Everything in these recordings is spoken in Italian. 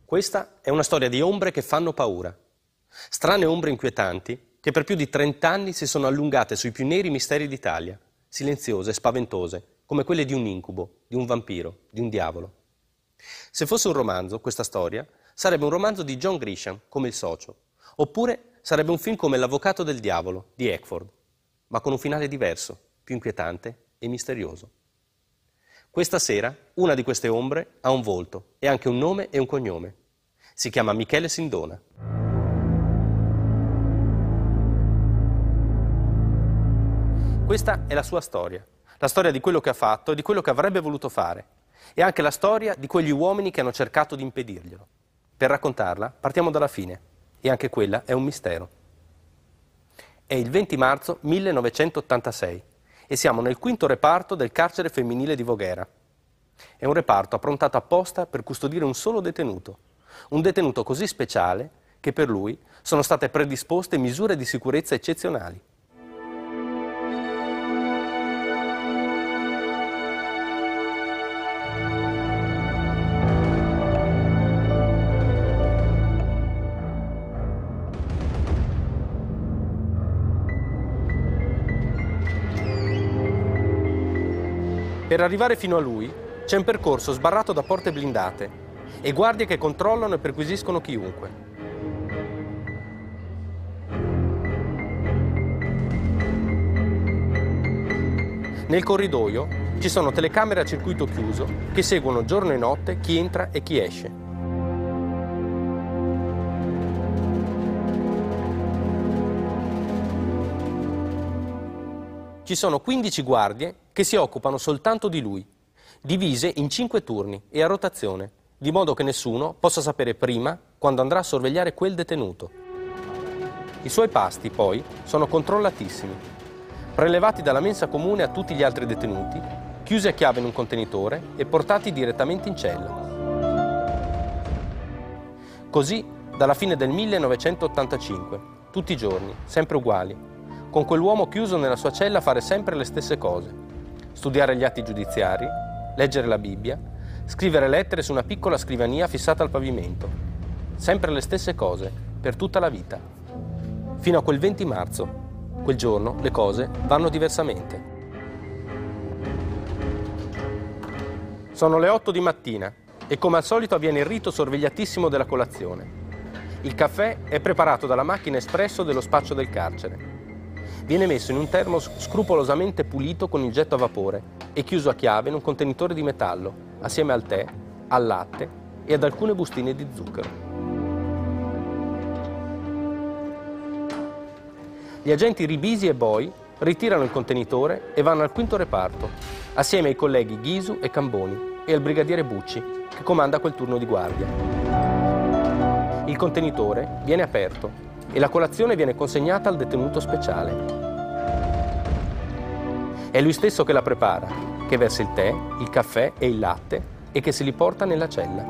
Questa è una storia di ombre che fanno paura. Strane ombre inquietanti che per più di 30 anni si sono allungate sui più neri misteri d'Italia, silenziose e spaventose, come quelle di un incubo, di un vampiro, di un diavolo. Se fosse un romanzo, questa storia, sarebbe un romanzo di John Grisham, come Il Socio, oppure sarebbe un film come L'Avvocato del Diavolo, di Eckford, ma con un finale diverso, più inquietante e misterioso. Questa sera, una di queste ombre ha un volto e anche un nome e un cognome. Si chiama Michele Sindona. Questa è la sua storia, la storia di quello che ha fatto e di quello che avrebbe voluto fare, e anche la storia di quegli uomini che hanno cercato di impedirglielo. Per raccontarla partiamo dalla fine, e anche quella è un mistero. È il 20 marzo 1986 e siamo nel quinto reparto del carcere femminile di Voghera. È un reparto approntato apposta per custodire un solo detenuto, un detenuto così speciale che per lui sono state predisposte misure di sicurezza eccezionali. Per arrivare fino a lui c'è un percorso sbarrato da porte blindate e guardie che controllano e perquisiscono chiunque. Nel corridoio ci sono telecamere a circuito chiuso che seguono giorno e notte chi entra e chi esce. Ci sono 15 guardie che si occupano soltanto di lui, divise in 5 turni e a rotazione, di modo che nessuno possa sapere prima quando andrà a sorvegliare quel detenuto. I suoi pasti, poi, sono controllatissimi, prelevati dalla mensa comune a tutti gli altri detenuti, chiusi a chiave in un contenitore e portati direttamente in cella. Così, dalla fine del 1985, tutti i giorni, sempre uguali, con quell'uomo chiuso nella sua cella a fare sempre le stesse cose. Studiare gli atti giudiziari, leggere la Bibbia, scrivere lettere su una piccola scrivania fissata al pavimento. Sempre le stesse cose, per tutta la vita. Fino a quel 20 marzo. Quel giorno le cose vanno diversamente. Sono le 8 di mattina e come al solito avviene il rito sorvegliatissimo della colazione. Il caffè è preparato dalla macchina espresso dello spaccio del carcere. Viene messo in un termos scrupolosamente pulito con il getto a vapore e chiuso a chiave in un contenitore di metallo, assieme al tè, al latte e ad alcune bustine di zucchero. Gli agenti Ribisi e Boi ritirano il contenitore e vanno al quinto reparto, assieme ai colleghi Ghisu e Camboni e al brigadiere Bucci, che comanda quel turno di guardia. Il contenitore viene aperto e la colazione viene consegnata al detenuto speciale. È lui stesso che la prepara, che versa il tè, il caffè e il latte e che se li porta nella cella.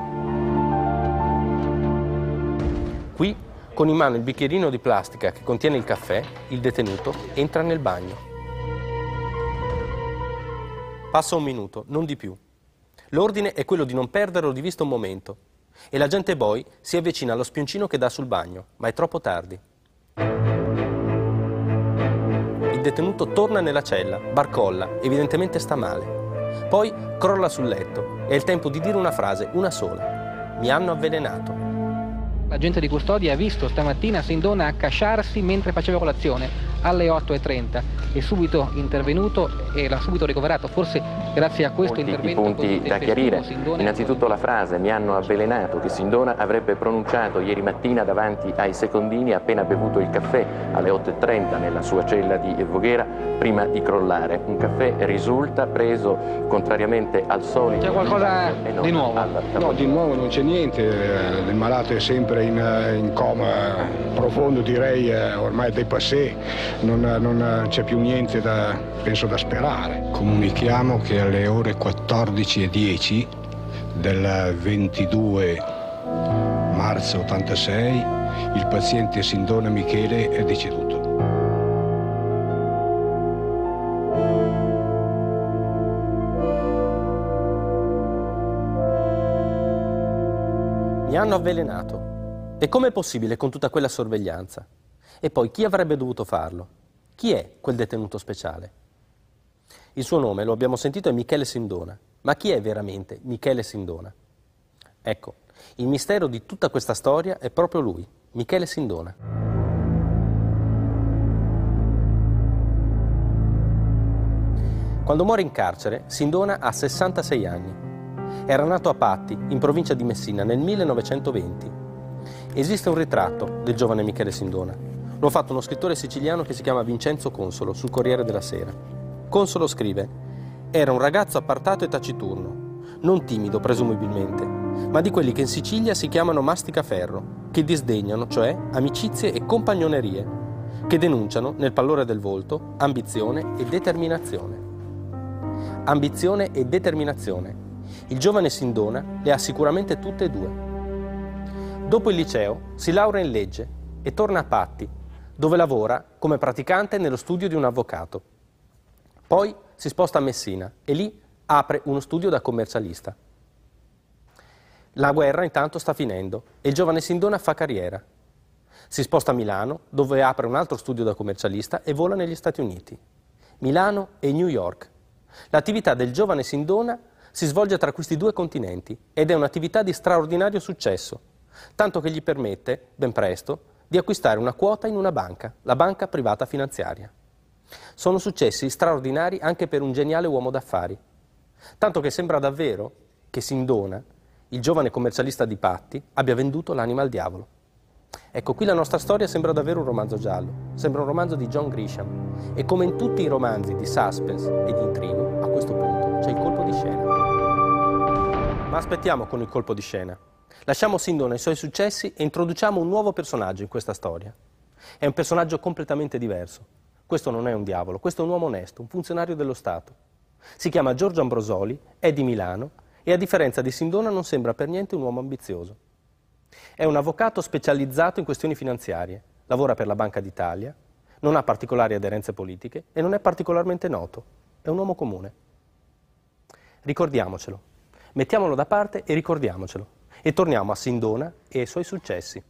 Qui, con in mano il bicchierino di plastica che contiene il caffè, il detenuto entra nel bagno. Passa un minuto, non di più. L'ordine è quello di non perderlo di vista un momento e l'agente Boy si avvicina allo spioncino che dà sul bagno, ma è troppo tardi. Il detenuto torna nella cella, barcolla, evidentemente sta male. Poi crolla sul letto e ha il tempo di dire una frase, una sola. Mi hanno avvelenato. L'agente di custodia ha visto stamattina Sindona accasciarsi mentre faceva colazione alle 8:30. È subito intervenuto e l'ha subito ricoverato, forse grazie a questo intervento. I punti da chiarire. Innanzitutto la frase "mi hanno avvelenato" che Sindona avrebbe pronunciato ieri mattina davanti ai secondini appena bevuto il caffè alle 8:30 nella sua cella di Voghera prima di crollare. Un caffè risulta preso contrariamente al solito. C'è qualcosa di nuovo? No, di nuovo non c'è niente, il malato è sempre in coma profondo, direi ormai dépassé, non c'è più niente penso da sperare. Comunichiamo che alle ore 14:10 del 22 marzo 86 il paziente Sindona Michele è deceduto. Mi hanno avvelenato. E com'è possibile con tutta quella sorveglianza? E poi chi avrebbe dovuto farlo? Chi è quel detenuto speciale? Il suo nome, lo abbiamo sentito, è Michele Sindona. Ma chi è veramente Michele Sindona? Ecco, il mistero di tutta questa storia è proprio lui, Michele Sindona. Quando muore in carcere, Sindona ha 66 anni. Era nato a Patti, in provincia di Messina, nel 1920. Esiste un ritratto del giovane Michele Sindona. Lo ha fatto uno scrittore siciliano che si chiama Vincenzo Consolo, sul Corriere della Sera. Consolo scrive: era un ragazzo appartato e taciturno, non timido presumibilmente, ma di quelli che in Sicilia si chiamano masticaferro, che disdegnano, cioè, amicizie e compagnonerie, che denunciano, nel pallore del volto, ambizione e determinazione. Ambizione e determinazione. Il giovane Sindona le ha sicuramente tutte e due. Dopo il liceo si laurea in legge e torna a Patti, dove lavora come praticante nello studio di un avvocato. Poi si sposta a Messina e lì apre uno studio da commercialista. La guerra intanto sta finendo e il giovane Sindona fa carriera. Si sposta a Milano, dove apre un altro studio da commercialista e vola negli Stati Uniti. Milano e New York. L'attività del giovane Sindona si svolge tra questi due continenti ed è un'attività di straordinario successo, tanto che gli permette, ben presto, di acquistare una quota in una banca, la banca privata finanziaria. Sono successi straordinari anche per un geniale uomo d'affari, tanto che sembra davvero che Sindona, il giovane commercialista di Patti, abbia venduto l'anima al diavolo. Ecco, qui la nostra storia sembra davvero un romanzo giallo, sembra un romanzo di John Grisham, e come in tutti i romanzi di suspense e di intrigo, a questo punto c'è il colpo di scena. Ma aspettiamo con il colpo di scena. Lasciamo Sindona e i suoi successi e introduciamo un nuovo personaggio in questa storia. È un personaggio completamente diverso. Questo non è un diavolo, questo è un uomo onesto, un funzionario dello Stato. Si chiama Giorgio Ambrosoli, è di Milano e a differenza di Sindona non sembra per niente un uomo ambizioso. È un avvocato specializzato in questioni finanziarie, lavora per la Banca d'Italia, non ha particolari aderenze politiche e non è particolarmente noto. È un uomo comune. Ricordiamocelo, mettiamolo da parte e ricordiamocelo. E torniamo a Sindona e ai suoi successi.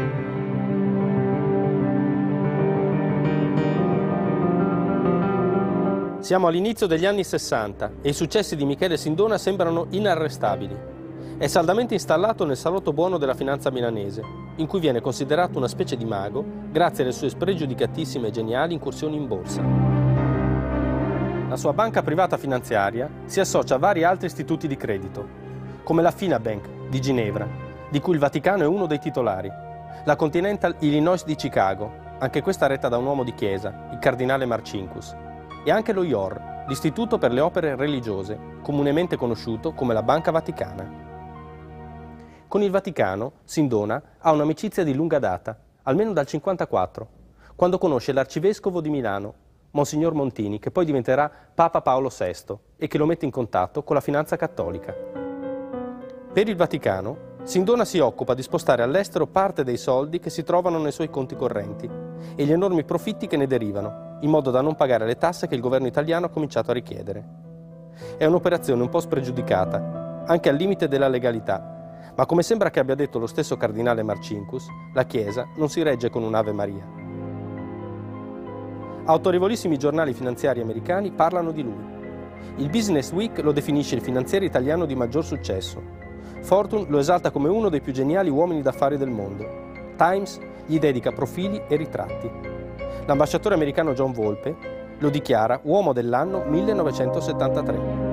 Siamo all'inizio degli anni 60 e i successi di Michele Sindona sembrano inarrestabili. È saldamente installato nel salotto buono della finanza milanese, in cui viene considerato una specie di mago grazie alle sue spregiudicatissime e geniali incursioni in borsa. La sua banca privata finanziaria si associa a vari altri istituti di credito, come la Finabank di Ginevra, di cui il Vaticano è uno dei titolari, la Continental Illinois di Chicago, anche questa retta da un uomo di chiesa, il cardinale Marcinkus, e anche lo IOR, l'Istituto per le Opere Religiose, comunemente conosciuto come la Banca Vaticana. Con il Vaticano, Sindona ha un'amicizia di lunga data, almeno dal 1954, quando conosce l'arcivescovo di Milano, Monsignor Montini, che poi diventerà Papa Paolo VI e che lo mette in contatto con la finanza cattolica. Per il Vaticano, Sindona si occupa di spostare all'estero parte dei soldi che si trovano nei suoi conti correnti e gli enormi profitti che ne derivano, in modo da non pagare le tasse che il governo italiano ha cominciato a richiedere. È un'operazione un po' spregiudicata, anche al limite della legalità, ma come sembra che abbia detto lo stesso cardinale Marcinkus, la Chiesa non si regge con un'Ave Maria. Autorevolissimi giornali finanziari americani parlano di lui. Il Business Week lo definisce il finanziere italiano di maggior successo. Fortune lo esalta come uno dei più geniali uomini d'affari del mondo. Times gli dedica profili e ritratti. L'ambasciatore americano John Volpe lo dichiara uomo dell'anno 1973.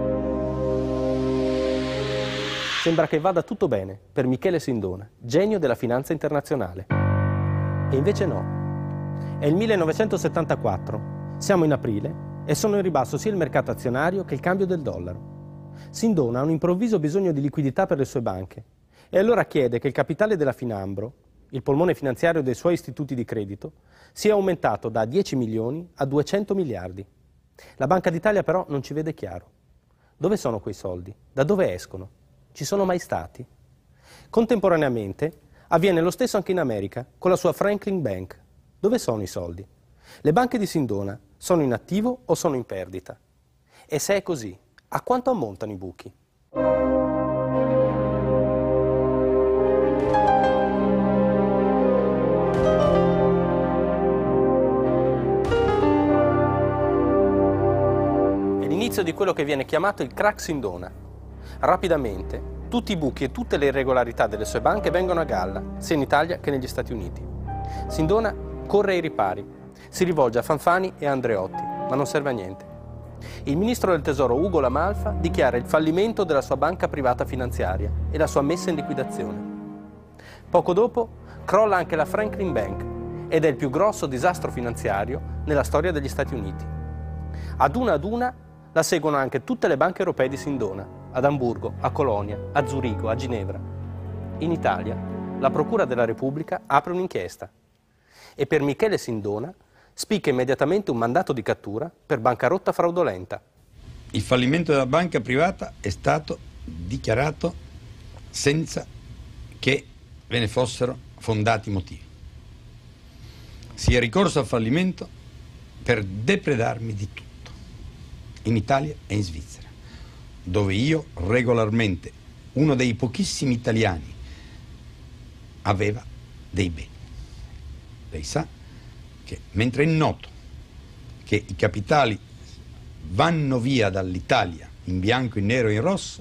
Sembra che vada tutto bene per Michele Sindona, genio della finanza internazionale. E invece no. È il 1974, siamo in aprile e sono in ribasso sia il mercato azionario che il cambio del dollaro. Sindona ha un improvviso bisogno di liquidità per le sue banche e allora chiede che il capitale della Finambro, il polmone finanziario dei suoi istituti di credito, sia aumentato da 10 milioni a 200 miliardi. La Banca d'Italia però non ci vede chiaro. Dove sono quei soldi? Da dove escono? Ci sono mai stati? Contemporaneamente avviene lo stesso anche in America con la sua Franklin Bank. Dove sono i soldi? Le banche di Sindona sono in attivo o sono in perdita? E se è così, a quanto ammontano i buchi? l'inizio di quello che viene chiamato il crack Sindona. Rapidamente, tutti i buchi e tutte le irregolarità delle sue banche vengono a galla, sia in Italia che negli Stati Uniti. Sindona corre ai ripari, si rivolge a Fanfani e a Andreotti, ma non serve a niente. Il ministro del Tesoro Ugo La Malfa dichiara il fallimento della sua banca privata finanziaria e la sua messa in liquidazione. Poco dopo crolla anche la Franklin Bank ed è il più grosso disastro finanziario nella storia degli Stati Uniti. Ad una la seguono anche tutte le banche europee di Sindona, ad Amburgo, a Colonia, a Zurigo, a Ginevra. In Italia, la Procura della Repubblica apre un'inchiesta e per Michele Sindona spicca immediatamente un mandato di cattura per bancarotta fraudolenta. Il fallimento della banca privata è stato dichiarato senza che ve ne fossero fondati motivi. Si è ricorso al fallimento per depredarmi di tutto, in Italia e in Svizzera, dove io regolarmente, uno dei pochissimi italiani, aveva dei beni. Lei sa che mentre è noto che i capitali vanno via dall'Italia in bianco, in nero e in rosso,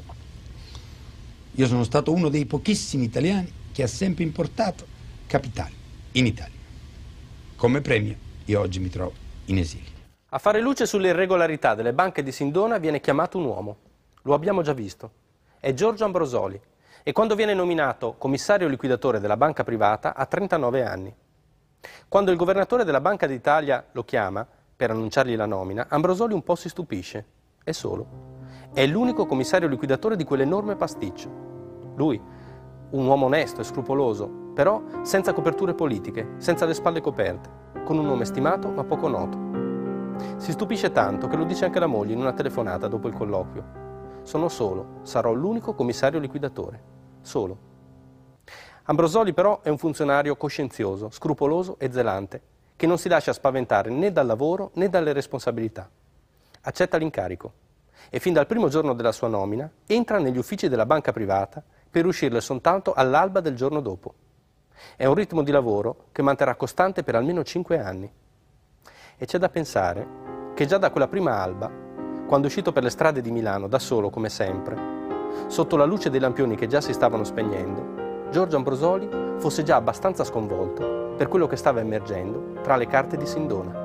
io sono stato uno dei pochissimi italiani che ha sempre importato capitali in Italia. Come premio io oggi mi trovo in esilio. A fare luce sulle irregolarità delle banche di Sindona viene chiamato un uomo. Lo abbiamo già visto. È Giorgio Ambrosoli e quando viene nominato commissario liquidatore della banca privata ha 39 anni. Quando il governatore della Banca d'Italia lo chiama per annunciargli la nomina, Ambrosoli un po' si stupisce. È solo. È l'unico commissario liquidatore di quell'enorme pasticcio. Lui, un uomo onesto e scrupoloso, però senza coperture politiche, senza le spalle coperte, con un nome stimato ma poco noto. Si stupisce tanto che lo dice anche la moglie in una telefonata dopo il colloquio. Sono solo, sarò l'unico commissario liquidatore. Solo. Ambrosoli però è un funzionario coscienzioso, scrupoloso e zelante, che non si lascia spaventare né dal lavoro né dalle responsabilità. Accetta l'incarico e fin dal primo giorno della sua nomina entra negli uffici della banca privata per uscirne soltanto all'alba del giorno dopo. È un ritmo di lavoro che manterrà costante per almeno 5 anni. E c'è da pensare che già da quella prima alba, quando è uscito per le strade di Milano da solo come sempre, sotto la luce dei lampioni che già si stavano spegnendo, Giorgio Ambrosoli fosse già abbastanza sconvolto per quello che stava emergendo tra le carte di Sindona.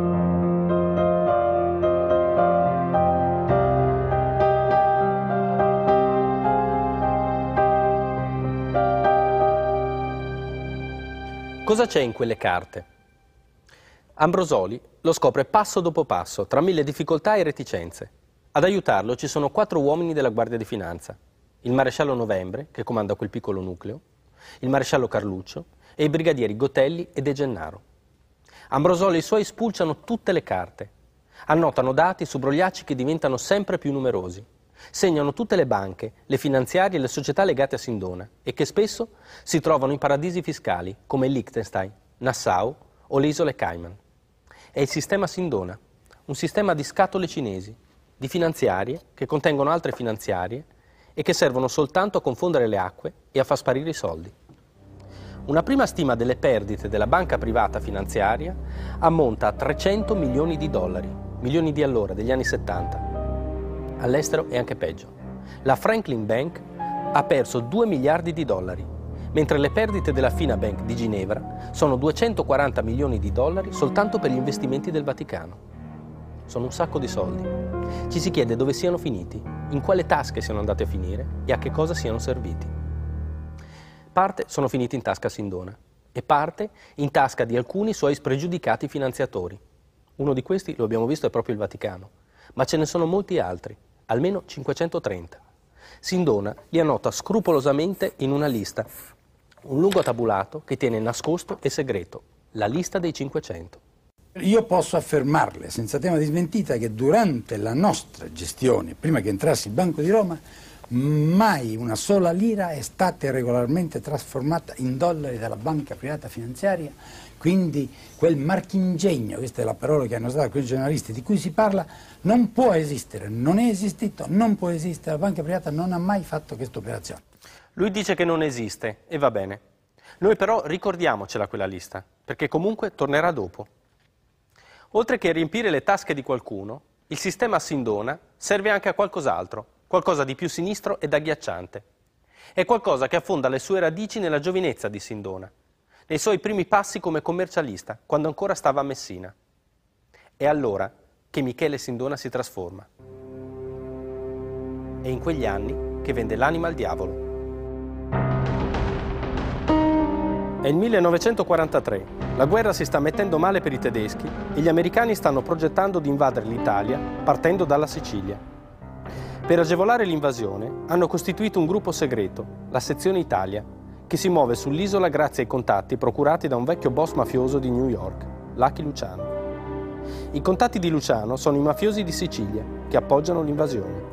Cosa c'è in quelle carte? Ambrosoli lo scopre passo dopo passo, tra mille difficoltà e reticenze. Ad aiutarlo ci sono 4 uomini della Guardia di Finanza: il maresciallo Novembre, che comanda quel piccolo nucleo, il maresciallo Carluccio e i brigadieri Gotelli e De Gennaro. Ambrosoli e i suoi spulciano tutte le carte, annotano dati su brogliacci che diventano sempre più numerosi, segnano tutte le banche, le finanziarie e le società legate a Sindona e che spesso si trovano in paradisi fiscali come Liechtenstein, Nassau o le isole Cayman. È il sistema Sindona, un sistema di scatole cinesi, di finanziarie che contengono altre finanziarie e che servono soltanto a confondere le acque e a far sparire i soldi. Una prima stima delle perdite della banca privata finanziaria ammonta a 300 milioni di dollari, milioni di allora, degli anni 70. All'estero è anche peggio. La Franklin Bank ha perso 2 miliardi di dollari, mentre le perdite della Fina Bank di Ginevra sono 240 milioni di dollari soltanto per gli investimenti del Vaticano. Sono un sacco di soldi. Ci si chiede dove siano finiti, in quale tasche siano andati a finire e a che cosa siano serviti. Parte sono finiti in tasca a Sindona e parte in tasca di alcuni suoi spregiudicati finanziatori. Uno di questi, lo abbiamo visto, è proprio il Vaticano, ma ce ne sono molti altri, almeno 530. Sindona li annota scrupolosamente in una lista, un lungo tabulato che tiene nascosto e segreto, la lista dei 500. Io posso affermarle senza tema di smentita che durante la nostra gestione, prima che entrassi il Banco di Roma, mai una sola lira è stata regolarmente trasformata in dollari dalla banca privata finanziaria, quindi quel marchingegno, questa è la parola che hanno usato quei giornalisti di cui si parla, non può esistere, non è esistito, non può esistere, la banca privata non ha mai fatto questa operazione. Lui dice che non esiste e va bene. Noi però ricordiamocela quella lista, perché comunque tornerà dopo. Oltre che riempire le tasche di qualcuno, Il sistema Sindona serve anche a qualcos'altro, qualcosa di più sinistro ed agghiacciante. È qualcosa che affonda le sue radici nella giovinezza di Sindona, nei suoi primi passi come commercialista, quando ancora stava a Messina. È allora che Michele Sindona si trasforma. È in quegli anni che vende l'anima al diavolo. È il 1943, la guerra si sta mettendo male per i tedeschi e gli americani stanno progettando di invadere l'Italia partendo dalla Sicilia. Per agevolare l'invasione hanno costituito un gruppo segreto, la Sezione Italia, che si muove sull'isola grazie ai contatti procurati da un vecchio boss mafioso di New York, Lucky Luciano. I contatti di Luciano sono i mafiosi di Sicilia, che appoggiano l'invasione.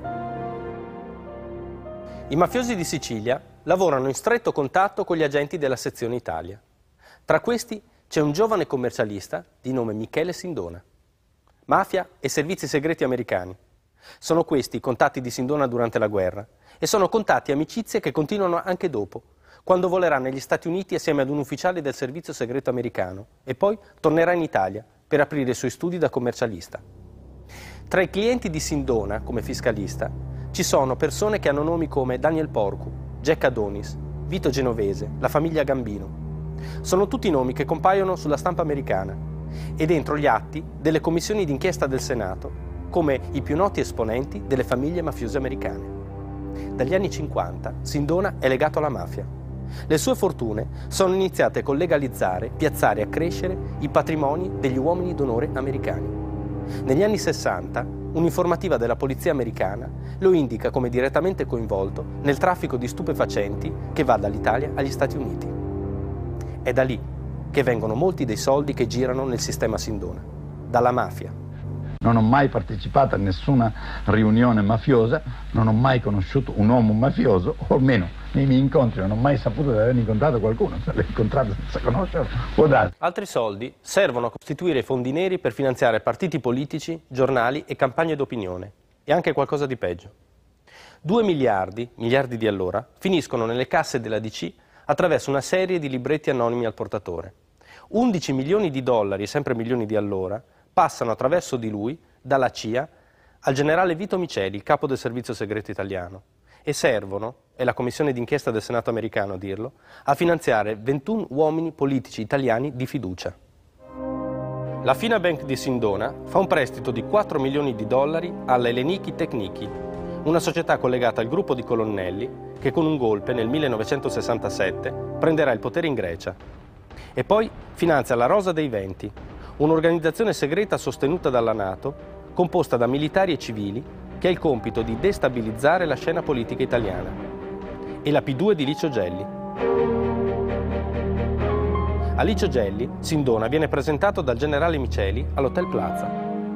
I mafiosi di Sicilia lavorano in stretto contatto con gli agenti della Sezione Italia. Tra questi c'è un giovane commercialista di nome Michele Sindona. Mafia e servizi segreti americani. Sono questi i contatti di Sindona durante la guerra e sono contatti e amicizie che continuano anche dopo, quando volerà negli Stati Uniti assieme ad un ufficiale del servizio segreto americano e poi tornerà in Italia per aprire i suoi studi da commercialista. Tra i clienti di Sindona come fiscalista ci sono persone che hanno nomi come Daniel Porcu, Jack Adonis, Vito Genovese, la famiglia Gambino. Sono tutti nomi che compaiono sulla stampa americana e dentro gli atti delle commissioni d'inchiesta del Senato come i più noti esponenti delle famiglie mafiose americane. Dagli anni 50 Sindona è legato alla mafia. Le sue fortune sono iniziate col legalizzare, piazzare e accrescere i patrimoni degli uomini d'onore americani. Negli anni 60 un'informativa della polizia americana lo indica come direttamente coinvolto nel traffico di stupefacenti che va dall'Italia agli Stati Uniti. È da lì che vengono molti dei soldi che girano nel sistema Sindona, dalla mafia. Non ho mai partecipato a nessuna riunione mafiosa, non ho mai conosciuto un uomo mafioso, o almeno nei miei incontri non ho mai saputo di aver incontrato qualcuno, se l'ho incontrato senza conoscerlo, può darsi. Altri soldi servono a costituire fondi neri per finanziare partiti politici, giornali e campagne d'opinione, e anche qualcosa di peggio. 2 miliardi di allora, finiscono nelle casse della DC attraverso una serie di libretti anonimi al portatore. 11 milioni di dollari, sempre milioni di allora, passano attraverso di lui, dalla CIA, al generale Vito Miceli, il capo del servizio segreto italiano, e servono, è la commissione d'inchiesta del Senato americano a dirlo, a finanziare 21 uomini politici italiani di fiducia. La Finabank di Sindona fa un prestito di 4 milioni di dollari alla Elleniki Techniki, una società collegata al gruppo di colonnelli che con un golpe nel 1967 prenderà il potere in Grecia. E poi finanzia la Rosa dei Venti, un'organizzazione segreta sostenuta dalla NATO, composta da militari e civili, che ha il compito di destabilizzare la scena politica italiana. E la P2 di Licio Gelli. A Licio Gelli, Sindona viene presentato dal generale Miceli all'Hotel Plaza.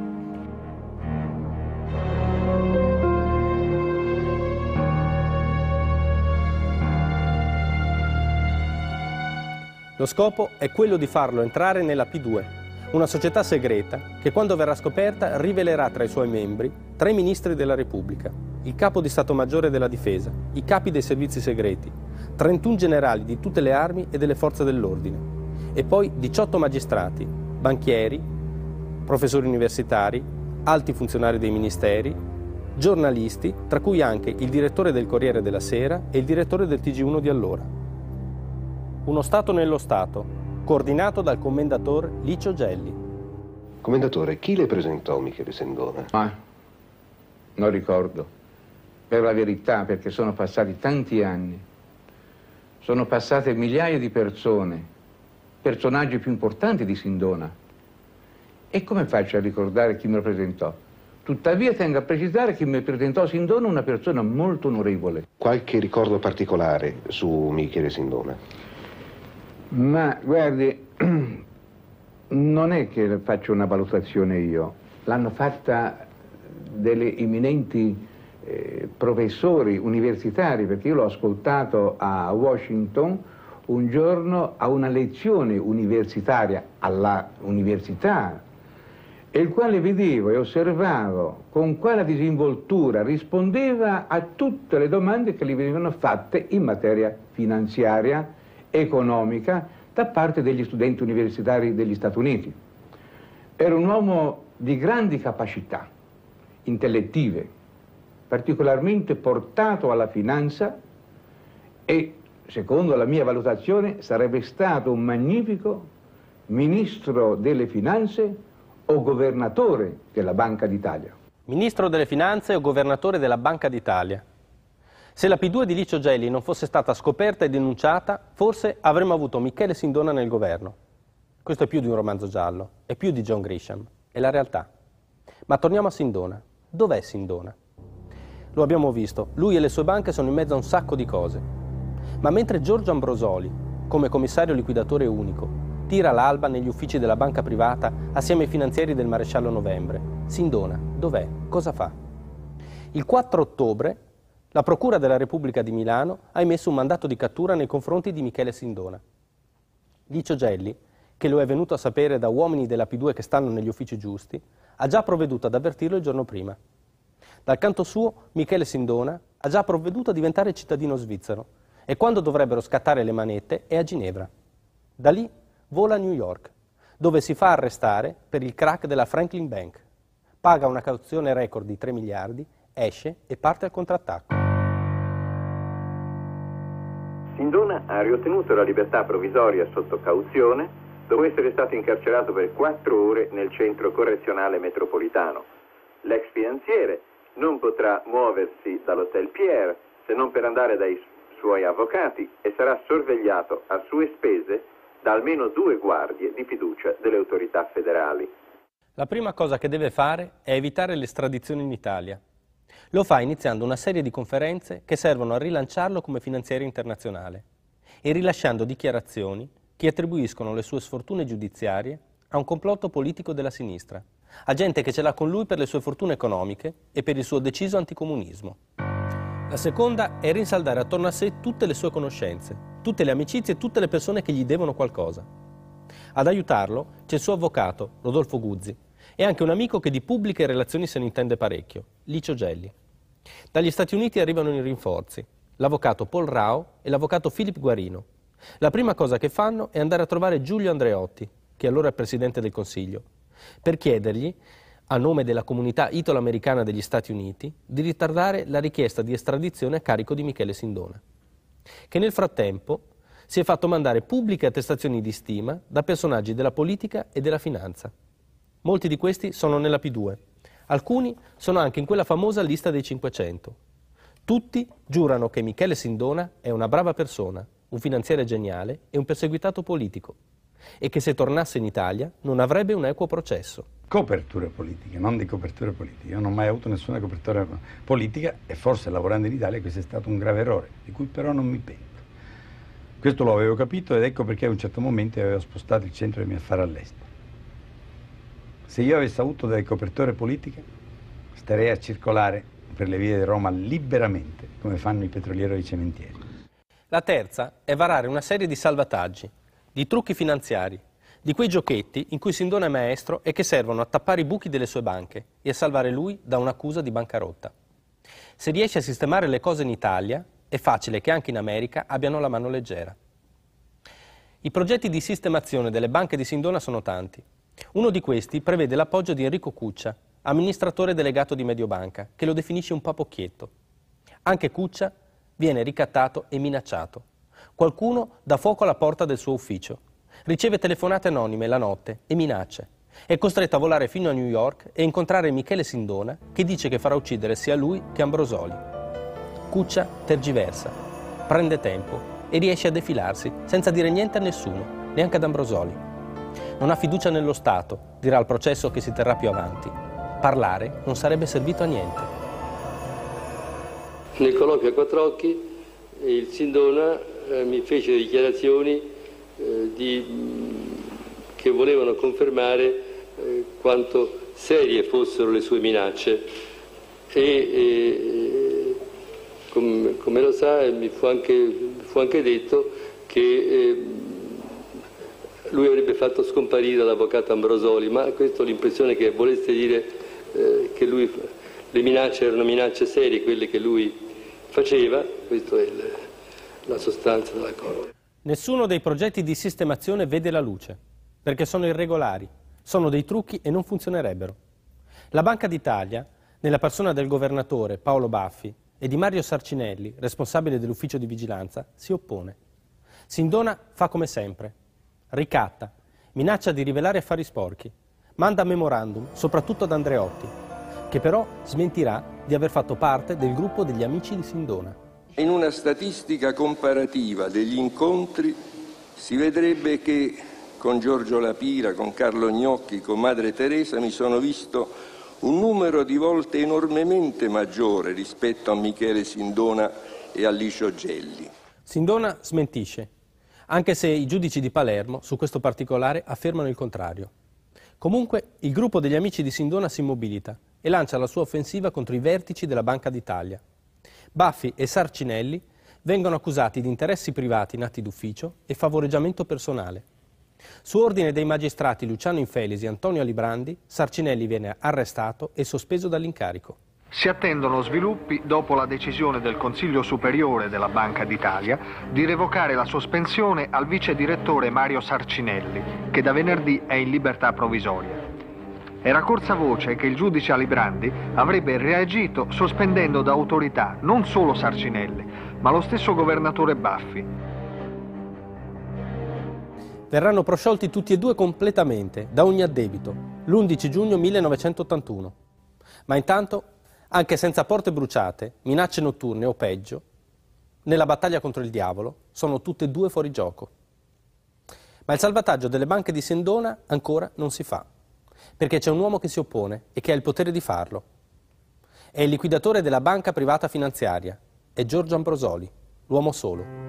Lo scopo è quello di farlo entrare nella P2, una società segreta che quando verrà scoperta rivelerà tra i suoi membri 3 ministri della Repubblica, il capo di Stato Maggiore della Difesa, i capi dei servizi segreti, 31 generali di tutte le armi e delle forze dell'ordine, e poi 18 magistrati, banchieri, professori universitari, alti funzionari dei ministeri, giornalisti, tra cui anche il direttore del Corriere della Sera e il direttore del TG1 di allora. Uno Stato nello Stato, coordinato dal commendator Licio Gelli. Commendatore, chi le presentò Michele Sindona? Non ricordo. Per la verità, perché sono passati tanti anni. Sono passate migliaia di persone, personaggi più importanti di Sindona. E come faccio a ricordare chi me lo presentò? Tuttavia tengo a precisare che mi presentò Sindona una persona molto onorevole. Qualche ricordo particolare su Michele Sindona? Ma guardi, non è che faccio una valutazione io, l'hanno fatta delle eminenti professori universitari, perché io l'ho ascoltato a Washington un giorno a una lezione universitaria alla università, e il quale vedevo e osservavo con quale disinvoltura rispondeva a tutte le domande che gli venivano fatte in materia finanziaria, economica, da parte degli studenti universitari degli Stati Uniti. Era un uomo di grandi capacità, intellettive, particolarmente portato alla finanza e, secondo la mia valutazione, sarebbe stato un magnifico ministro delle finanze o governatore della Banca d'Italia. Ministro delle Finanze o governatore della Banca d'Italia. Se la P2 di Licio Gelli non fosse stata scoperta e denunciata, forse avremmo avuto Michele Sindona nel governo. Questo è più di un romanzo giallo, è più di John Grisham, è la realtà. Ma torniamo a Sindona. Dov'è Sindona? Lo abbiamo visto, lui e le sue banche sono in mezzo a un sacco di cose. Ma mentre Giorgio Ambrosoli, come commissario liquidatore unico, tira l'alba negli uffici della banca privata assieme ai finanzieri del maresciallo Novembre, Sindona dov'è? Cosa fa? Il 4 ottobre la Procura della Repubblica di Milano ha emesso un mandato di cattura nei confronti di Michele Sindona. Licio Gelli, che lo è venuto a sapere da uomini della P2 che stanno negli uffici giusti, ha già provveduto ad avvertirlo il giorno prima. Dal canto suo, Michele Sindona ha già provveduto a diventare cittadino svizzero e quando dovrebbero scattare le manette è a Ginevra. Da lì vola a New York, dove si fa arrestare per il crack della Franklin Bank. Paga una cauzione record di 3 miliardi, esce e parte al contrattacco. Sindona ha riottenuto la libertà provvisoria sotto cauzione dopo essere stato incarcerato per 4 ore nel centro correzionale metropolitano. L'ex finanziere non potrà muoversi dall'Hotel Pierre se non per andare dai suoi avvocati e sarà sorvegliato a sue spese da almeno 2 guardie di fiducia delle autorità federali. La prima cosa che deve fare è evitare l'estradizione in Italia. Lo fa iniziando una serie di conferenze che servono a rilanciarlo come finanziere internazionale e rilasciando dichiarazioni che attribuiscono le sue sfortune giudiziarie a un complotto politico della sinistra, a gente che ce l'ha con lui per le sue fortune economiche e per il suo deciso anticomunismo. La seconda è rinsaldare attorno a sé tutte le sue conoscenze, tutte le amicizie e tutte le persone che gli devono qualcosa. Ad aiutarlo c'è il suo avvocato, Rodolfo Guzzi, e anche un amico che di pubbliche relazioni se ne intende parecchio, Licio Gelli. Dagli Stati Uniti arrivano i rinforzi, l'avvocato Paul Rao e l'avvocato Philip Guarino. La prima cosa che fanno è andare a trovare Giulio Andreotti, che allora è presidente del Consiglio, per chiedergli, a nome della comunità italo-americana degli Stati Uniti, di ritardare la richiesta di estradizione a carico di Michele Sindona, che nel frattempo si è fatto mandare pubbliche attestazioni di stima da personaggi della politica e della finanza. Molti di questi sono nella P2, alcuni sono anche in quella famosa lista dei 500. Tutti giurano che Michele Sindona è una brava persona, un finanziere geniale e un perseguitato politico, e che se tornasse in Italia non avrebbe un equo processo. Coperture politiche, non di coperture politiche. Io non ho mai avuto nessuna copertura politica e forse lavorando in Italia questo è stato un grave errore, di cui però non mi pento. Questo lo avevo capito ed ecco perché a un certo momento avevo spostato il centro dei miei affari all'estero. Se io avessi avuto delle coperture politiche, starei a circolare per le vie di Roma liberamente, come fanno i petrolieri e i cementieri. La terza è varare una serie di salvataggi, di trucchi finanziari, di quei giochetti in cui Sindona è maestro e che servono a tappare i buchi delle sue banche e a salvare lui da un'accusa di bancarotta. Se riesce a sistemare le cose in Italia, è facile che anche in America abbiano la mano leggera. I progetti di sistemazione delle banche di Sindona sono tanti. Uno di questi prevede l'appoggio di Enrico Cuccia, amministratore delegato di Mediobanca, che lo definisce un papocchietto. Anche Cuccia viene ricattato e minacciato. Qualcuno dà fuoco alla porta del suo ufficio. Riceve telefonate anonime la notte e minacce. È costretto a volare fino a New York e incontrare Michele Sindona, che dice che farà uccidere sia lui che Ambrosoli. Cuccia tergiversa, prende tempo e riesce a defilarsi senza dire niente a nessuno, neanche ad Ambrosoli. Non ha fiducia nello Stato, dirà al processo che si terrà più avanti. Parlare non sarebbe servito a niente. Nel colloquio a quattro occhi il Sindona mi fece dichiarazioni che volevano confermare quanto serie fossero le sue minacce e come lo sa mi fu anche detto che lui avrebbe fatto scomparire l'avvocato Ambrosoli, ma questo l'impressione che volesse dire che le minacce erano minacce serie, quelle che lui faceva, questa è la sostanza dell'accordo. Nessuno dei progetti di sistemazione vede la luce, perché sono irregolari, sono dei trucchi e non funzionerebbero. La Banca d'Italia nella persona del governatore Paolo Baffi e di Mario Sarcinelli, responsabile dell'ufficio di vigilanza, si oppone. Sindona fa come sempre, ricatta, minaccia di rivelare affari sporchi, manda memorandum soprattutto ad Andreotti, che però smentirà di aver fatto parte del gruppo degli amici di Sindona. In una statistica comparativa degli incontri si vedrebbe che con Giorgio La Pira, con Carlo Gnocchi, con Madre Teresa mi sono visto un numero di volte enormemente maggiore rispetto a Michele Sindona e a Licio Gelli. Sindona smentisce, anche se i giudici di Palermo su questo particolare affermano il contrario. Comunque il gruppo degli amici di Sindona si mobilita e lancia la sua offensiva contro i vertici della Banca d'Italia. Baffi e Sarcinelli vengono accusati di interessi privati in atti d'ufficio e favoreggiamento personale. Su ordine dei magistrati Luciano Infelisi e Antonio Alibrandi, Sarcinelli viene arrestato e sospeso dall'incarico. Si attendono sviluppi dopo la decisione del Consiglio Superiore della Banca d'Italia di revocare la sospensione al vice direttore Mario Sarcinelli, che da venerdì è in libertà provvisoria. Era corsa voce che il giudice Alibrandi avrebbe reagito sospendendo da autorità non solo Sarcinelli, ma lo stesso governatore Baffi. Verranno prosciolti tutti e due completamente, da ogni addebito, l'11 giugno 1981. Ma intanto, anche senza porte bruciate, minacce notturne o peggio, nella battaglia contro il diavolo sono tutte e due fuori gioco. Ma il salvataggio delle banche di Sindona ancora non si fa, perché c'è un uomo che si oppone e che ha il potere di farlo. È il liquidatore della banca privata finanziaria, è Giorgio Ambrosoli, l'uomo solo.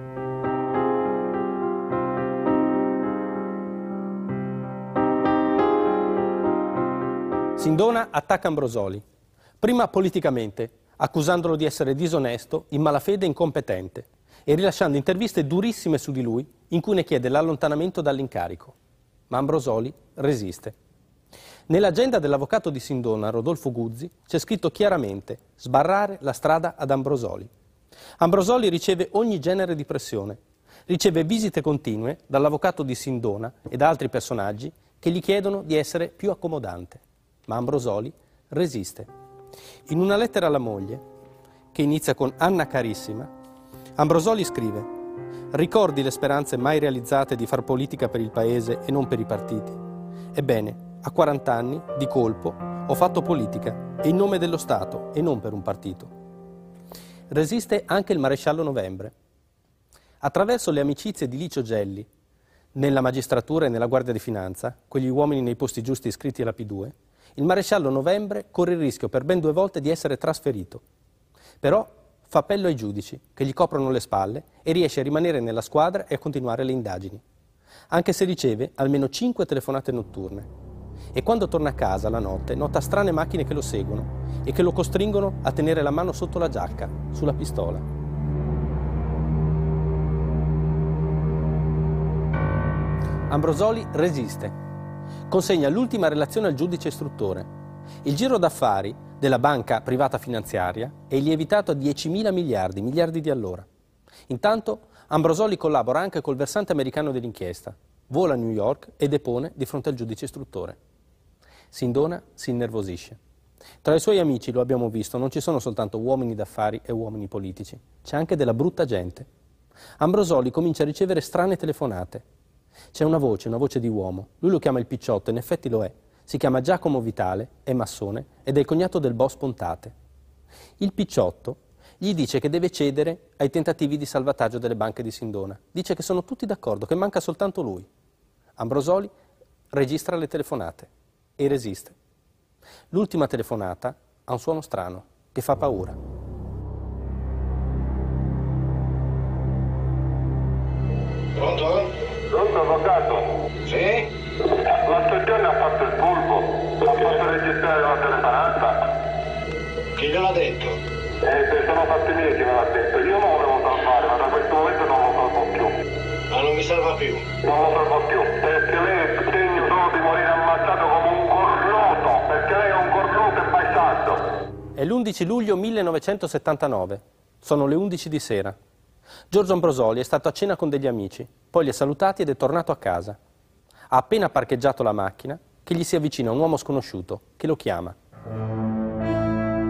Sindona attacca Ambrosoli, prima politicamente, accusandolo di essere disonesto, in malafede e incompetente, e rilasciando interviste durissime su di lui, in cui ne chiede l'allontanamento dall'incarico. Ma Ambrosoli resiste. Nell'agenda dell'avvocato di Sindona, Rodolfo Guzzi, c'è scritto chiaramente sbarrare la strada ad Ambrosoli. Ambrosoli riceve ogni genere di pressione, riceve visite continue dall'avvocato di Sindona e da altri personaggi che gli chiedono di essere più accomodante. Ma Ambrosoli resiste. In una lettera alla moglie, che inizia con Anna carissima, Ambrosoli scrive: ricordi le speranze mai realizzate di far politica per il paese e non per i partiti? Ebbene, a 40 anni, di colpo, ho fatto politica, e in nome dello Stato e non per un partito. Resiste anche il maresciallo Novembre. Attraverso le amicizie di Licio Gelli, nella magistratura e nella Guardia di Finanza, quegli uomini nei posti giusti iscritti alla P2, il maresciallo Novembre corre il rischio per ben 2 volte di essere trasferito. Però fa appello ai giudici, che gli coprono le spalle, e riesce a rimanere nella squadra e a continuare le indagini. Anche se riceve almeno 5 telefonate notturne. E quando torna a casa la notte nota strane macchine che lo seguono e che lo costringono a tenere la mano sotto la giacca, sulla pistola. Ambrosoli resiste. Consegna l'ultima relazione al giudice istruttore. Il giro d'affari della banca privata finanziaria è lievitato a 10.000 miliardi di allora. Intanto Ambrosoli collabora anche col versante americano dell'inchiesta, vola a New York e depone di fronte al giudice istruttore. Sindona si innervosisce. Tra i suoi amici, lo abbiamo visto, non ci sono soltanto uomini d'affari e uomini politici, c'è anche della brutta gente. Ambrosoli comincia a ricevere strane telefonate. C'è una voce di uomo, lui lo chiama il Picciotto, in effetti lo è, si chiama Giacomo Vitale, è massone ed è il cognato del boss Pontate. Il Picciotto gli dice che deve cedere ai tentativi di salvataggio delle banche di Sindona, dice che sono tutti d'accordo, che manca soltanto lui. Ambrosoli registra le telefonate e resiste. L'ultima telefonata ha un suono strano, che fa paura. Pronto? Pronto, avvocato? Sì? L'altro giorno ha fatto il bulbo, la posso registrare la telefonata? Chi gliel'ha detto? Sono fatti miei che me l'ha detto, io non lo volevo salvare, ma da questo momento non lo salvo più. Ma non mi salva più? Non lo salvo più, perché lei è degno solo di morire ammazzato come un cornuto, perché lei è un cornuto e bastardo. È l'11 luglio 1979, sono le 11 di sera. Giorgio Ambrosoli è stato a cena con degli amici, poi li ha salutati ed è tornato a casa. Ha appena parcheggiato la macchina che gli si avvicina un uomo sconosciuto che lo chiama.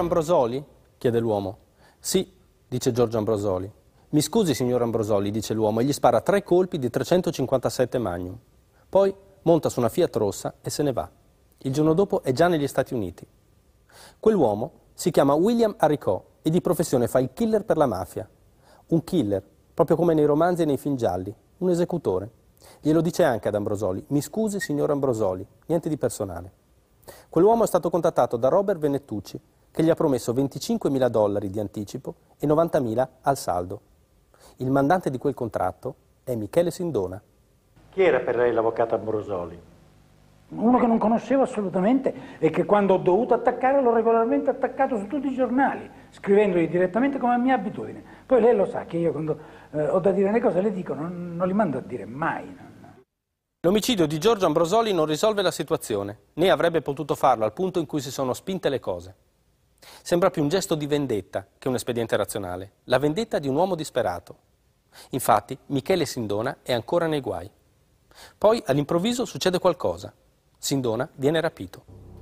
Ambrosoli? Chiede l'uomo. Sì, dice Giorgio Ambrosoli. Mi scusi, signor Ambrosoli, dice l'uomo, e gli spara 3 colpi di 357 Magnum. Poi monta su una Fiat rossa e se ne va. Il giorno dopo è già negli Stati Uniti. Quell'uomo si chiama William Aricò e di professione fa il killer per la mafia. Un killer, proprio come nei romanzi e nei film gialli, un esecutore. Glielo dice anche ad Ambrosoli. Mi scusi, signor Ambrosoli, niente di personale. Quell'uomo è stato contattato da Robert Venettucci, che gli ha promesso $25.000 di anticipo e 90.000 al saldo. Il mandante di quel contratto è Michele Sindona. Chi era per lei l'avvocato Ambrosoli? Uno che non conoscevo assolutamente e che quando ho dovuto attaccare l'ho regolarmente attaccato su tutti i giornali, scrivendogli direttamente come mia abitudine. Poi lei lo sa che io quando ho da dire le cose le dico, non li mando a dire mai. L'omicidio di Giorgio Ambrosoli non risolve la situazione, né avrebbe potuto farlo al punto in cui si sono spinte le cose. Sembra più un gesto di vendetta che un espediente razionale, la vendetta di un uomo disperato. Infatti, Michele Sindona è ancora nei guai. Poi, all'improvviso, succede qualcosa. Sindona viene rapito.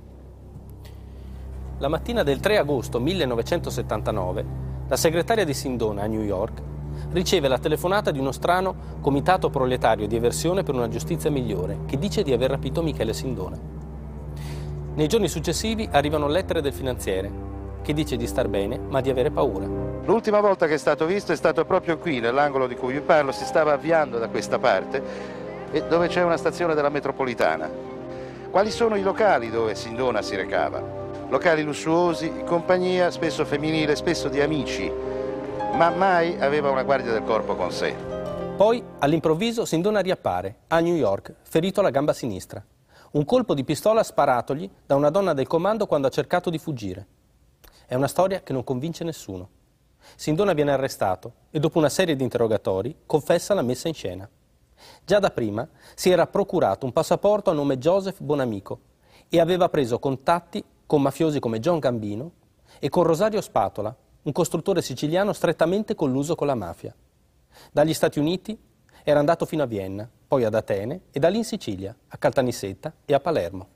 La mattina del 3 agosto 1979, la segretaria di Sindona a New York riceve la telefonata di uno strano comitato proletario di eversione per una giustizia migliore che dice di aver rapito Michele Sindona. Nei giorni successivi arrivano lettere del finanziere che dice di star bene ma di avere paura. L'ultima volta che è stato visto è stato proprio qui, nell'angolo di cui vi parlo, si stava avviando da questa parte dove c'è una stazione della metropolitana. Quali sono i locali dove Sindona si recava? Locali lussuosi, compagnia spesso femminile, spesso di amici, ma mai aveva una guardia del corpo con sé. Poi, all'improvviso, Sindona riappare, a New York, ferito alla gamba sinistra. Un colpo di pistola sparatogli da una donna del comando quando ha cercato di fuggire. È una storia che non convince nessuno. Sindona viene arrestato e dopo una serie di interrogatori confessa la messa in scena. Già da prima si era procurato un passaporto a nome Joseph Bonamico e aveva preso contatti con mafiosi come John Gambino e con Rosario Spatola, un costruttore siciliano strettamente colluso con la mafia. Dagli Stati Uniti era andato fino a Vienna, poi ad Atene e da lì in Sicilia, a Caltanissetta e a Palermo.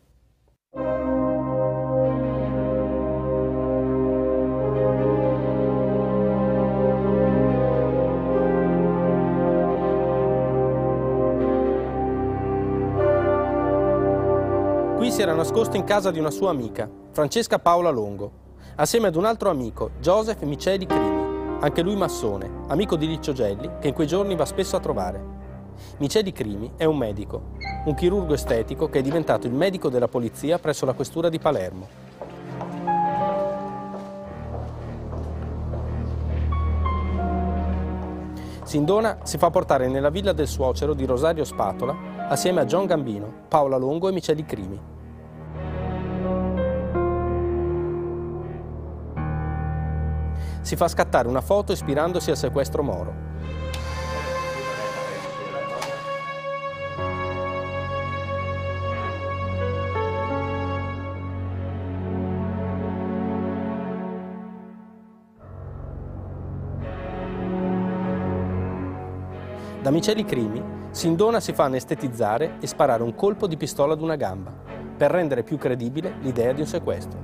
Qui si era nascosto in casa di una sua amica, Francesca Paola Longo, assieme ad un altro amico, Joseph Miceli Crimi, anche lui massone, amico di Liccio Gelli, che in quei giorni va spesso a trovare. Miceli Crimi è un medico, un chirurgo estetico che è diventato il medico della polizia presso la questura di Palermo. Sindona si fa portare nella villa del suocero di Rosario Spatola assieme a John Gambino, Paola Longo e Miceli Crimi. Si fa scattare una foto ispirandosi al sequestro Moro. Da Miceli Crimi, Sindona si fa anestetizzare e sparare un colpo di pistola ad una gamba, per rendere più credibile l'idea di un sequestro.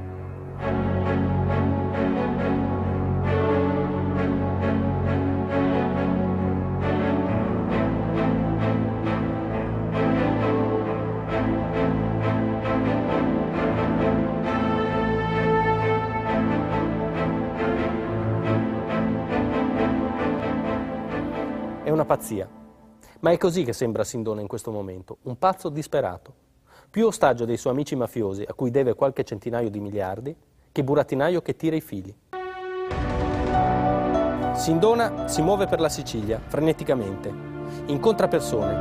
È una pazzia, ma è così che sembra Sindona in questo momento, un pazzo disperato, più ostaggio dei suoi amici mafiosi a cui deve qualche centinaio di miliardi, che burattinaio che tira i fili. Sindona si muove per la Sicilia, freneticamente, incontra persone,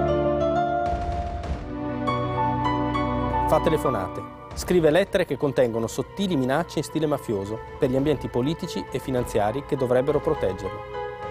fa telefonate, scrive lettere che contengono sottili minacce in stile mafioso per gli ambienti politici e finanziari che dovrebbero proteggerlo.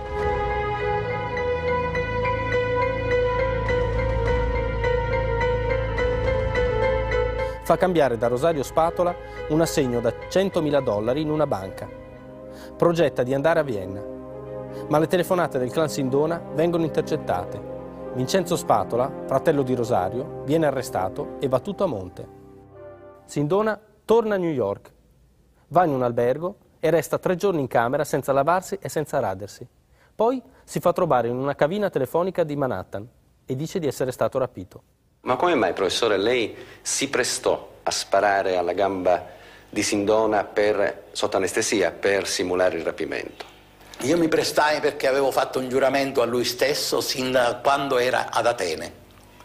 Fa cambiare da Rosario Spatola un assegno da $100.000 in una banca. Progetta di andare a Vienna. Ma le telefonate del clan Sindona vengono intercettate. Vincenzo Spatola, fratello di Rosario, viene arrestato e battuto a monte. Sindona torna a New York. va in un albergo e resta 3 giorni in camera senza lavarsi e senza radersi. Poi si fa trovare in una cabina telefonica di Manhattan e dice di essere stato rapito. Ma come mai, professore, lei si prestò a sparare alla gamba di Sindona sotto anestesia per simulare il rapimento? Io mi prestai perché avevo fatto un giuramento a lui stesso sin da quando era ad Atene.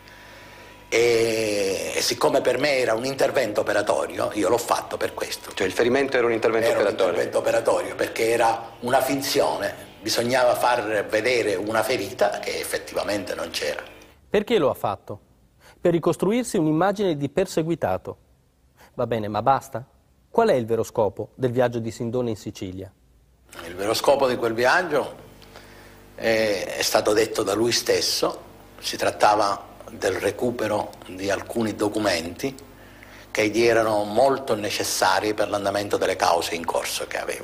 E siccome per me era un intervento operatorio, io l'ho fatto per questo. Cioè il ferimento era un intervento operatorio? Era un intervento operatorio, perché era una finzione, bisognava far vedere una ferita che effettivamente non c'era. Perché lo ha fatto? Per ricostruirsi un'immagine di perseguitato. Va bene, ma basta? Qual è il vero scopo del viaggio di Sindona in Sicilia? Il vero scopo di quel viaggio è stato detto da lui stesso. Si trattava del recupero di alcuni documenti che gli erano molto necessari per l'andamento delle cause in corso che aveva.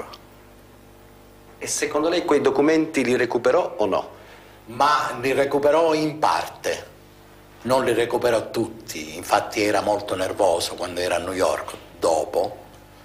E secondo lei quei documenti li recuperò o no? Ma li recuperò in parte, non li recuperò tutti. Infatti era molto nervoso quando era a New York, dopo,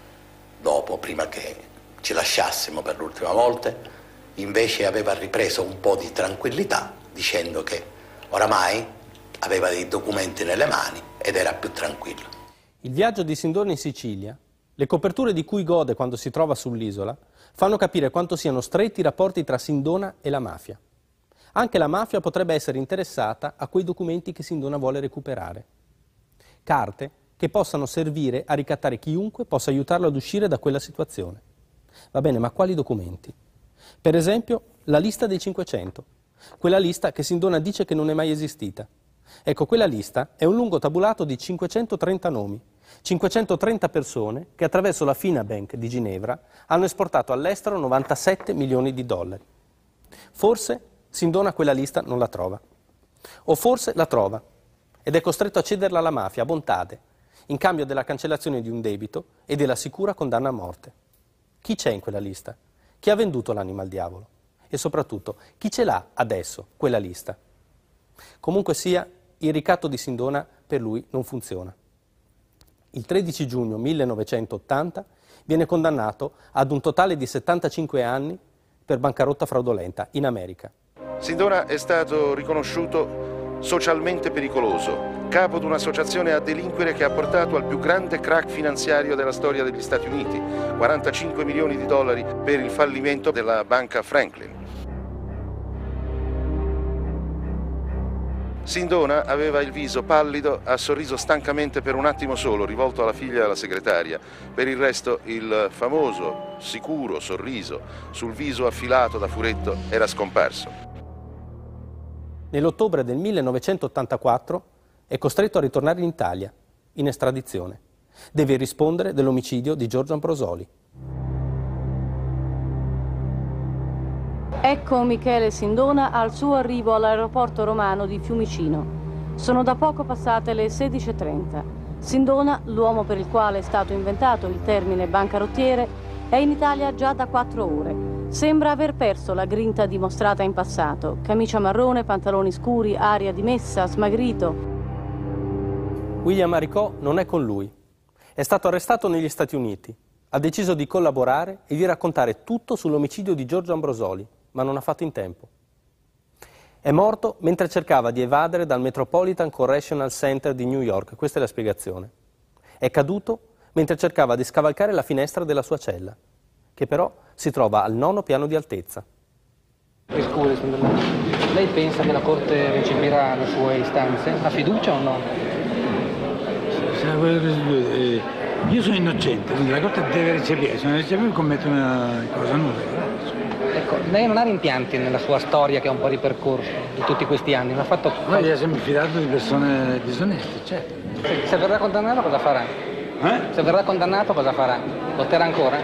prima che ci lasciassimo per l'ultima volta, invece aveva ripreso un po' di tranquillità dicendo che oramai aveva dei documenti nelle mani ed era più tranquillo. Il viaggio di Sindona in Sicilia, le coperture di cui gode quando si trova sull'isola, fanno capire quanto siano stretti i rapporti tra Sindona e la mafia. Anche la mafia potrebbe essere interessata a quei documenti che Sindona vuole recuperare. Carte che possano servire a ricattare chiunque possa aiutarlo ad uscire da quella situazione. Va bene, ma quali documenti? Per esempio, la lista dei 500, quella lista che Sindona dice che non è mai esistita. Ecco, quella lista è un lungo tabulato di 530 nomi, 530 persone che attraverso la Finabank di Ginevra hanno esportato all'estero 97 milioni di dollari. Forse Sindona quella lista non la trova. O forse la trova ed è costretto a cederla alla mafia a bontade, in cambio della cancellazione di un debito e della sicura condanna a morte. Chi c'è in quella lista? Chi ha venduto l'anima al diavolo? E soprattutto, chi ce l'ha adesso, quella lista? Comunque sia, il ricatto di Sindona per lui non funziona. Il 13 giugno 1980 viene condannato ad un totale di 75 anni per bancarotta fraudolenta in America. Sindona è stato riconosciuto socialmente pericoloso, capo di un'associazione a delinquere che ha portato al più grande crack finanziario della storia degli Stati Uniti, 45 milioni di dollari per il fallimento della banca Franklin. Sindona aveva il viso pallido, ha sorriso stancamente per un attimo solo, rivolto alla figlia e alla segretaria. Per il resto il famoso, sicuro sorriso sul viso affilato da furetto era scomparso. Nell'ottobre del 1984 è costretto a ritornare in Italia, in estradizione. Deve rispondere dell'omicidio di Giorgio Ambrosoli. Ecco Michele Sindona al suo arrivo all'aeroporto romano di Fiumicino. Sono da poco passate le 16:30. Sindona, l'uomo per il quale è stato inventato il termine bancarottiere, è in Italia già da 4 ore. Sembra aver perso la grinta dimostrata in passato. Camicia marrone, pantaloni scuri, aria dimessa, smagrito. William Aricò non è con lui. È stato arrestato negli Stati Uniti. Ha deciso di collaborare e di raccontare tutto sull'omicidio di Giorgio Ambrosoli, ma non ha fatto in tempo. È morto mentre cercava di evadere dal Metropolitan Correctional Center di New York, questa è la spiegazione. È caduto mentre cercava di scavalcare la finestra della sua cella, che però si trova al 9° piano di altezza. Scusi, lei pensa che la Corte recepirà le sue istanze? Ha fiducia o no? Io sono innocente, quindi la Corte deve recepire, se non recepire commette una cosa nuova. Ecco, lei non ha rimpianti nella sua storia che ha un po' ripercorso di tutti questi anni? Non ha fatto... Lei è sempre fidato di persone disoneste, certo. Se verrà condannato cosa farà? Se verrà condannato cosa farà? Lotterà ancora?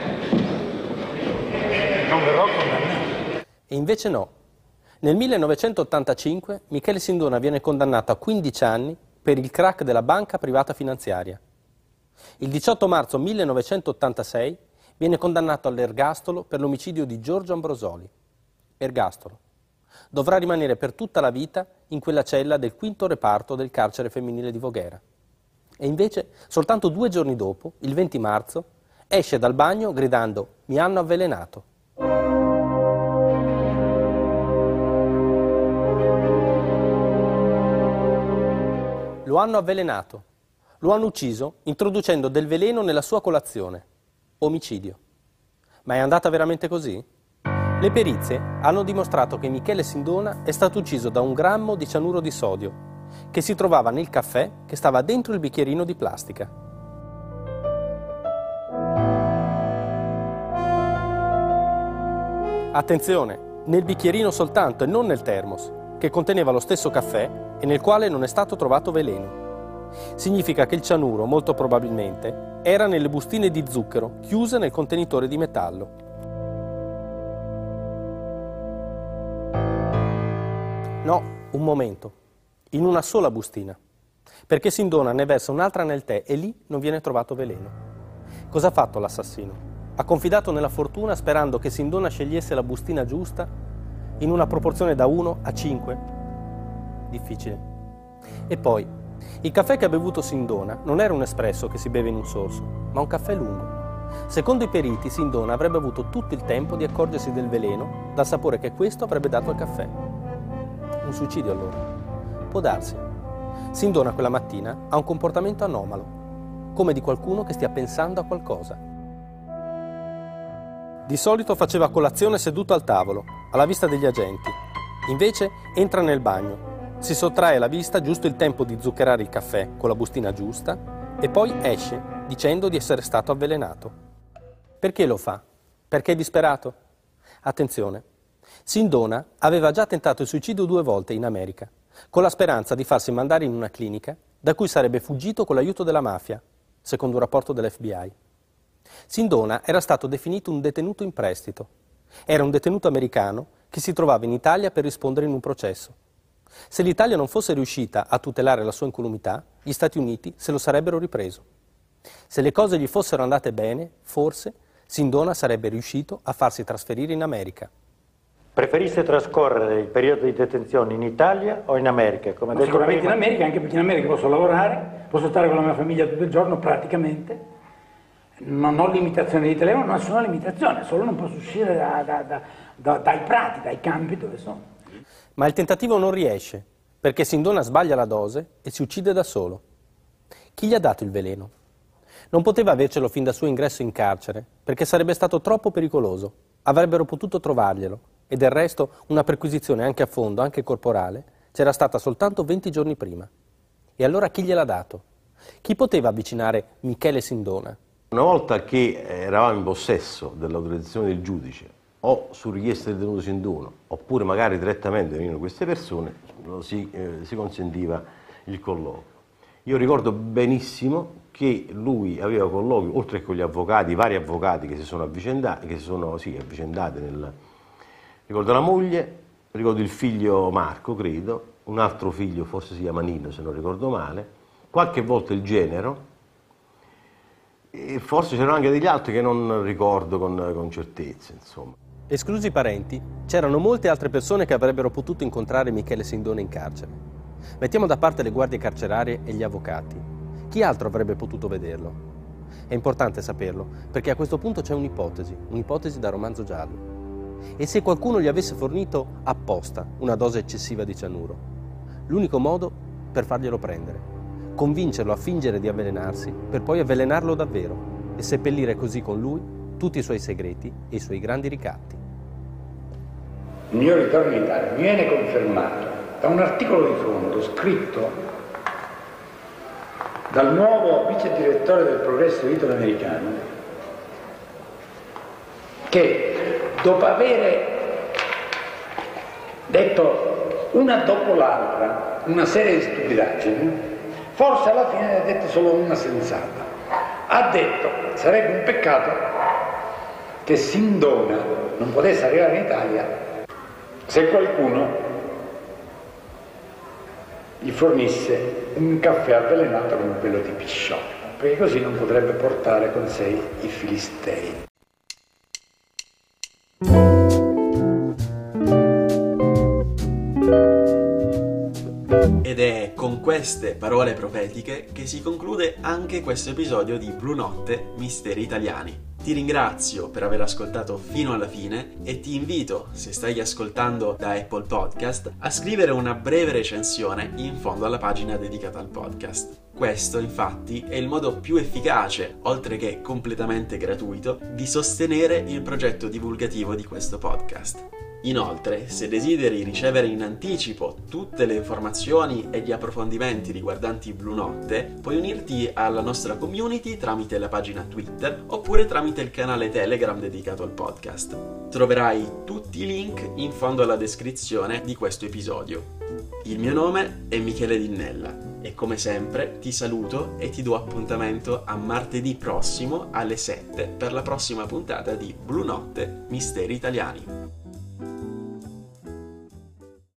Non verrò condannato. E invece no. Nel 1985 Michele Sindona viene condannato a 15 anni per il crack della banca privata finanziaria. Il 18 marzo 1986 viene condannato all'ergastolo per l'omicidio di Giorgio Ambrosoli. Ergastolo. Dovrà rimanere per tutta la vita in quella cella del 5° reparto del carcere femminile di Voghera. E invece, soltanto 2 giorni dopo, il 20 marzo, Esce dal bagno gridando «Mi hanno avvelenato». Lo hanno avvelenato. Lo hanno ucciso introducendo del veleno nella sua colazione. Omicidio. Ma è andata veramente così? Le perizie hanno dimostrato che Michele Sindona è stato ucciso da 1 grammo di cianuro di sodio, che si trovava nel caffè che stava dentro il bicchierino di plastica. Attenzione, nel bicchierino soltanto e non nel termos, che conteneva lo stesso caffè e nel quale non è stato trovato veleno. Significa che il cianuro, molto probabilmente, era nelle bustine di zucchero chiuse nel contenitore di metallo. No, un momento, in una sola bustina, perché Sindona ne versa un'altra nel tè e lì non viene trovato veleno. Cosa ha fatto l'assassino? Ha confidato nella fortuna sperando che Sindona scegliesse la bustina giusta in una proporzione da 1 a 5? Difficile. E poi, il caffè che ha bevuto Sindona non era un espresso che si beve in un sorso, ma un caffè lungo. Secondo i periti, Sindona avrebbe avuto tutto il tempo di accorgersi del veleno dal sapore che questo avrebbe dato al caffè. Un suicidio allora? Può darsi. Sindona quella mattina ha un comportamento anomalo, come di qualcuno che stia pensando a qualcosa. Di solito faceva colazione seduto al tavolo, alla vista degli agenti. Invece entra nel bagno, si sottrae alla vista giusto il tempo di zuccherare il caffè con la bustina giusta e poi esce dicendo di essere stato avvelenato. Perché lo fa? Perché è disperato? Attenzione, Sindona aveva già tentato il suicidio 2 volte in America, con la speranza di farsi mandare in una clinica da cui sarebbe fuggito con l'aiuto della mafia, secondo un rapporto dell'FBI. Sindona era stato definito un detenuto in prestito. Era un detenuto americano che si trovava in Italia per rispondere in un processo. Se l'Italia non fosse riuscita a tutelare la sua incolumità, gli Stati Uniti se lo sarebbero ripreso. Se le cose gli fossero andate bene, forse, Sindona sarebbe riuscito a farsi trasferire in America. Preferisse trascorrere il periodo di detenzione in Italia o in America? Come detto sicuramente prima? in America, anche perché in America posso lavorare, posso stare con la mia famiglia tutto il giorno praticamente. Non ho limitazioni di telefono, nessuna limitazione, solo non posso uscire dai prati, dai campi dove sono. Ma il tentativo non riesce, perché Sindona sbaglia la dose e si uccide da solo. Chi gli ha dato il veleno? Non poteva avercelo fin dal suo ingresso in carcere, perché sarebbe stato troppo pericoloso. Avrebbero potuto trovarglielo, e del resto una perquisizione anche a fondo, anche corporale, c'era stata soltanto 20 giorni prima. E allora chi gliel'ha dato? Chi poteva avvicinare Michele Sindona? Una volta che eravamo in possesso dell'autorizzazione del giudice, o su richiesta del detenuto Sindona, oppure magari direttamente venivano queste persone, si consentiva il colloquio. Io ricordo benissimo che lui aveva colloqui, oltre che con gli avvocati, vari avvocati che si sono avvicendati, ricordo la moglie, ricordo il figlio Marco, credo, un altro figlio, forse si chiama Nino se non ricordo male, qualche volta il genero, e forse c'erano anche degli altri che non ricordo con certezza, insomma. Esclusi i parenti, c'erano molte altre persone che avrebbero potuto incontrare Michele Sindona in carcere. Mettiamo da parte le guardie carcerarie e gli avvocati. Chi altro avrebbe potuto vederlo? È importante saperlo, perché a questo punto c'è un'ipotesi da romanzo giallo. E se qualcuno gli avesse fornito apposta una dose eccessiva di cianuro? L'unico modo per farglielo prendere, convincerlo a fingere di avvelenarsi per poi avvelenarlo davvero e seppellire così con lui tutti i suoi segreti e i suoi grandi ricatti. Il mio ritorno in Italia mi viene confermato da un articolo di fondo scritto dal nuovo vice direttore del Progresso italo-americano, che dopo avere detto una dopo l'altra una serie di stupidaggini, forse alla fine ne ha detto solo una sensata. Ha detto: sarebbe un peccato che Sindona non potesse arrivare in Italia se qualcuno gli fornisse un caffè avvelenato come quello di Pisciotto, perché così non potrebbe portare con sé i filistei. Ed è con queste parole profetiche che si conclude anche questo episodio di Blu Notte Misteri Italiani. Ti ringrazio per aver ascoltato fino alla fine e ti invito, se stai ascoltando da Apple Podcast, a scrivere una breve recensione in fondo alla pagina dedicata al podcast. Questo, infatti, è il modo più efficace, oltre che completamente gratuito, di sostenere il progetto divulgativo di questo podcast. Inoltre, se desideri ricevere in anticipo tutte le informazioni e gli approfondimenti riguardanti Blu Notte, puoi unirti alla nostra community tramite la pagina Twitter oppure tramite il canale Telegram dedicato al podcast. Troverai tutti i link in fondo alla descrizione di questo episodio. Il mio nome è Michele Dinnella e come sempre ti saluto e ti do appuntamento a martedì prossimo alle 7 per la prossima puntata di Blu Notte Misteri Italiani.